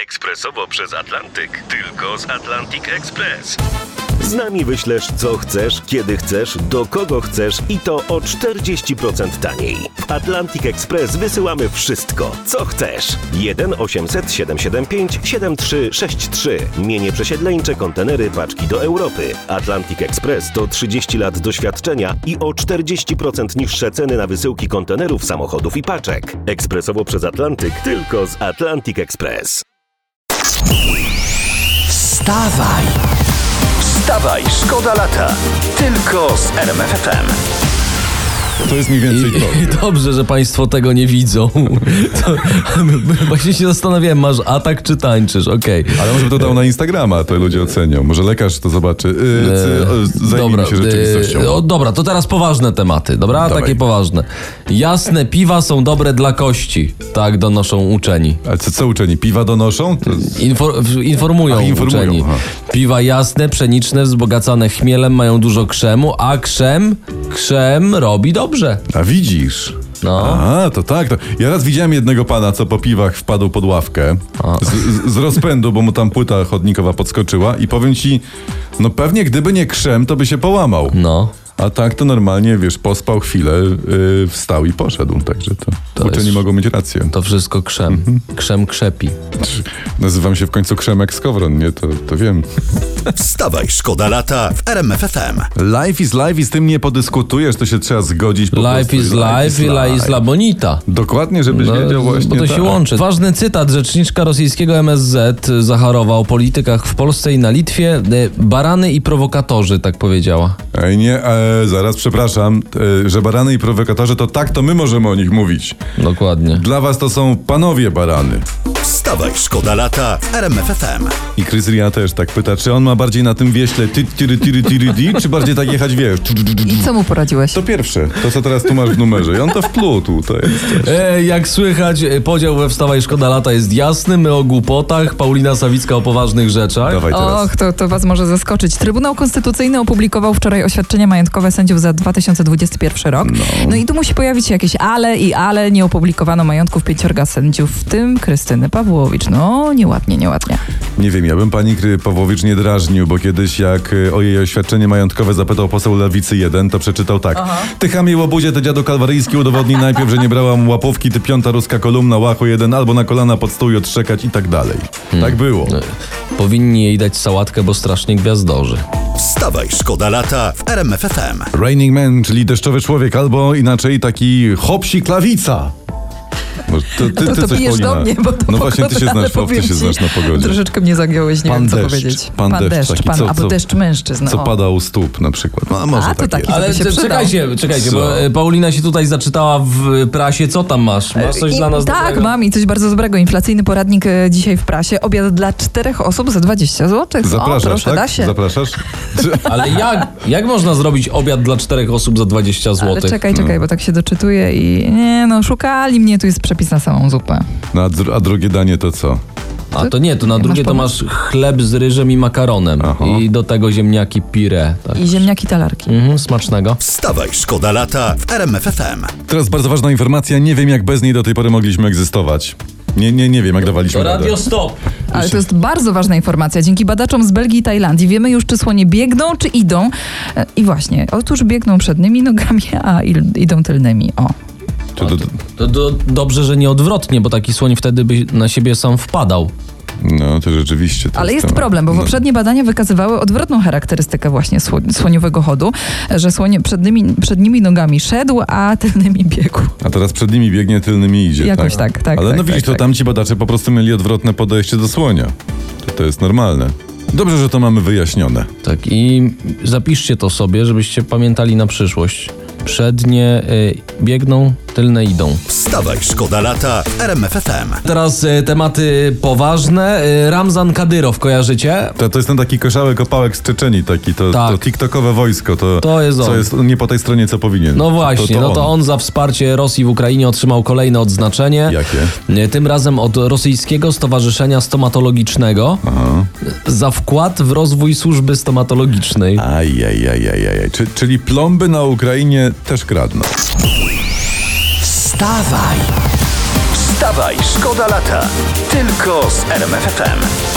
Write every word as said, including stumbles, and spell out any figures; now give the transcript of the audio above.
ekspresowo przez Atlantyk. Tylko z Atlantic Express. Z nami wyślesz co chcesz, kiedy chcesz, do kogo chcesz i to o czterdzieści procent taniej. W Atlantic Express wysyłamy wszystko, co chcesz. jeden osiemset siedemset siedemdziesiąt pięć siedemdziesiąt trzy sześćdziesiąt trzy. Mienie przesiedleńcze, kontenery, paczki do Europy. Atlantic Express to trzydzieści lat doświadczenia i o czterdzieści procent niższe ceny na wysyłki kontenerów, samochodów i paczek. Ekspresowo przez Atlantyk, tylko z Atlantic Express. Wstawaj! Wstawaj, szkoda lata. Tylko z R M F F M. To jest mniej więcej to. I dobrze, że państwo tego nie widzą. To, właśnie się zastanawiałem, masz atak czy tańczysz? Okej. Okay. Ale może by to dał na Instagrama, to ludzie ocenią. Może lekarz to zobaczy. Yy, c- zajmijmy dobra, się rzeczywistością. Yy, o, dobra, to teraz poważne tematy, dobra? Dawaj. Takie poważne. Jasne piwa są dobre dla kości. Tak donoszą uczeni. A co, co uczeni? Piwa donoszą? To... Infor- informują, A, informują uczeni. aha. Piwa jasne, pszeniczne, wzbogacane chmielem mają dużo krzemu, a krzem, krzem robi dobrze. A widzisz? No. A, to tak. To... Ja raz widziałem jednego pana, co po piwach wpadł pod ławkę. Z, z, z rozpędu, bo mu tam płyta chodnikowa podskoczyła i powiem ci, no pewnie gdyby nie krzem, to by się połamał. No. A tak to normalnie, wiesz, pospał chwilę, yy, wstał i poszedł. Także to, To uczeni jest- mogą mieć rację. To wszystko krzem. Krzem krzepi. Nazywam się w końcu Krzemek Skowron, nie? To, to wiem. Wstawaj, szkoda lata w R M F F M. Life is life i z tym nie podyskutujesz, to się trzeba zgodzić po Life prostu. is life i la is la bonita. Dokładnie, żebyś No, wiedział właśnie bo to się tak. łączy. Ważny cytat rzeczniczka rosyjskiego M S Z Zacharowa o politykach w Polsce i na Litwie. E, Barany i prowokatorzy, tak powiedziała. Ej, nie, e, zaraz przepraszam, e, że barany i prowokatorzy to tak, to my możemy o nich mówić. Dokładnie. Dla was to są panowie barany. Wstawaj, szkoda lata w R M F F M. I Chris Ria też tak pyta, czy on ma bardziej na tym wieśle ty, tyry, tyry, tyry, di, czy bardziej tak jechać, wiesz? tu, tu, tu, tu. I co mu poradziłeś? To pierwsze, to co teraz tu masz w numerze. I on to wplótł, to jest. E, jak słychać, e, podział we Wstawaj Szkoda Lata jest jasny. My o głupotach, Paulina Sawicka o poważnych rzeczach. Dawaj teraz. Och, to, to was może zaskoczyć. Trybunał Konstytucyjny opublikował wczoraj oświadczenia majątkowe sędziów za dwa tysiące dwudziesty pierwszy rok. No. no i tu musi pojawić się jakieś ale i ale. Nie opublikowano majątków pięciorga sędziów, w tym Krystyny Pawłowicz. No, nieładnie, nieładnie. Nie wiem, ja bym pani Kry Pawłowicz nie drażnił, bo kiedyś jak y, o jej oświadczenie majątkowe zapytał poseł Lewicy jeden, to przeczytał tak. Ty chamie łobuzie, ty dziadu kalwaryjski, udowodnij najpierw, że nie brałam łapówki, ty piąta ruska kolumna, łacho jeden, albo na kolana pod stół i odszczekać i tak dalej. Tak było. Powinni jej dać sałatkę, bo strasznie gwiazdorzy. Wstawaj, szkoda lata w R M F F M. Raining Man, czyli deszczowy człowiek, albo inaczej taki hopsi klawica. Bo ty, ty, To, ty to coś, bijesz Paulina. do mnie, bo to No właśnie, ty się pogoda, znasz, ale po, ty się powiem znasz ci, na pogodzie. Troszeczkę mnie zagiąłeś, nie Pan wiem co deszcz, powiedzieć. pan deszcz taki, pan, co- albo co- deszcz mężczyzn. Co o. pada u stóp na przykład. No, a może A, to tak taki- jest. Ale się c- przydał. czekajcie, czekajcie, Co? bo e, Paulina się tutaj zaczytała w prasie. Co tam masz? Masz coś I, dla nas Tak, dobrego? mam i coś bardzo dobrego. Inflacyjny poradnik e, dzisiaj w prasie. Obiad dla czterech osób za dwadzieścia złotych. Zapraszasz, o, proszę, tak? da się. Zapraszasz? Ale jak, jak można zrobić obiad dla czterech osób za dwadzieścia Ale złotych? czekaj, czekaj, No. bo tak się doczytuję i nie no, szukali mnie, tu jest przepis na samą zupę. No, a, dru- a drugie danie to co? A to nie, to na Masz drugie to pomysł? masz chleb z ryżem i makaronem. Aha. I do tego ziemniaki pire. Tak. I ziemniaki talarki. Mhm, smacznego. Wstawaj, szkoda lata w R M F F M. Teraz bardzo ważna informacja. Nie wiem, jak bez niej do tej pory mogliśmy egzystować. Nie, nie, nie wiem, jak dawaliśmy To radę. radio stop. Ale to jest bardzo ważna informacja. Dzięki badaczom z Belgii i Tajlandii wiemy już, czy słonie biegną, czy idą. E, I właśnie, otóż biegną przednimi nogami, a il- idą tylnymi. O. Czy to, To, to dobrze, że nie odwrotnie, bo taki słoń wtedy by na siebie sam wpadał. no, to rzeczywiście. To Ale jest to- problem, bo no. poprzednie badania wykazywały odwrotną charakterystykę właśnie sło- słoniowego chodu, że słoń przednimi, przednimi nogami szedł, a tylnymi biegł. A teraz przed nimi biegnie, tylnymi idzie. Jakoś tak, tak, Ale tak, no widzisz, tak, to tak. tamci badacze po prostu mieli odwrotne podejście do słonia. To, to jest normalne. Dobrze, że to mamy wyjaśnione. Tak, i zapiszcie to sobie, żebyście pamiętali na przyszłość. Przednie y, biegną, tylne idą. Wstawaj, szkoda lata w R M F F M. Teraz y, tematy poważne. Y, Ramzan Kadyrow, kojarzycie? To, to jest ten taki koszałek, opałek z Czeczenii, taki, to, Tak. to tiktokowe wojsko, to, To jest co on. jest nie po tej stronie, co powinien. No właśnie, no to on za wsparcie Rosji w Ukrainie otrzymał kolejne odznaczenie. Jakie? Y, Tym razem od Rosyjskiego Stowarzyszenia Stomatologicznego Aha. za wkład w rozwój służby stomatologicznej. Ajajajajajaj. Czy, czyli plomby na Ukrainie też kradną. Wstawaj, Wstawaj, szkoda lata. Tylko z R M F F M.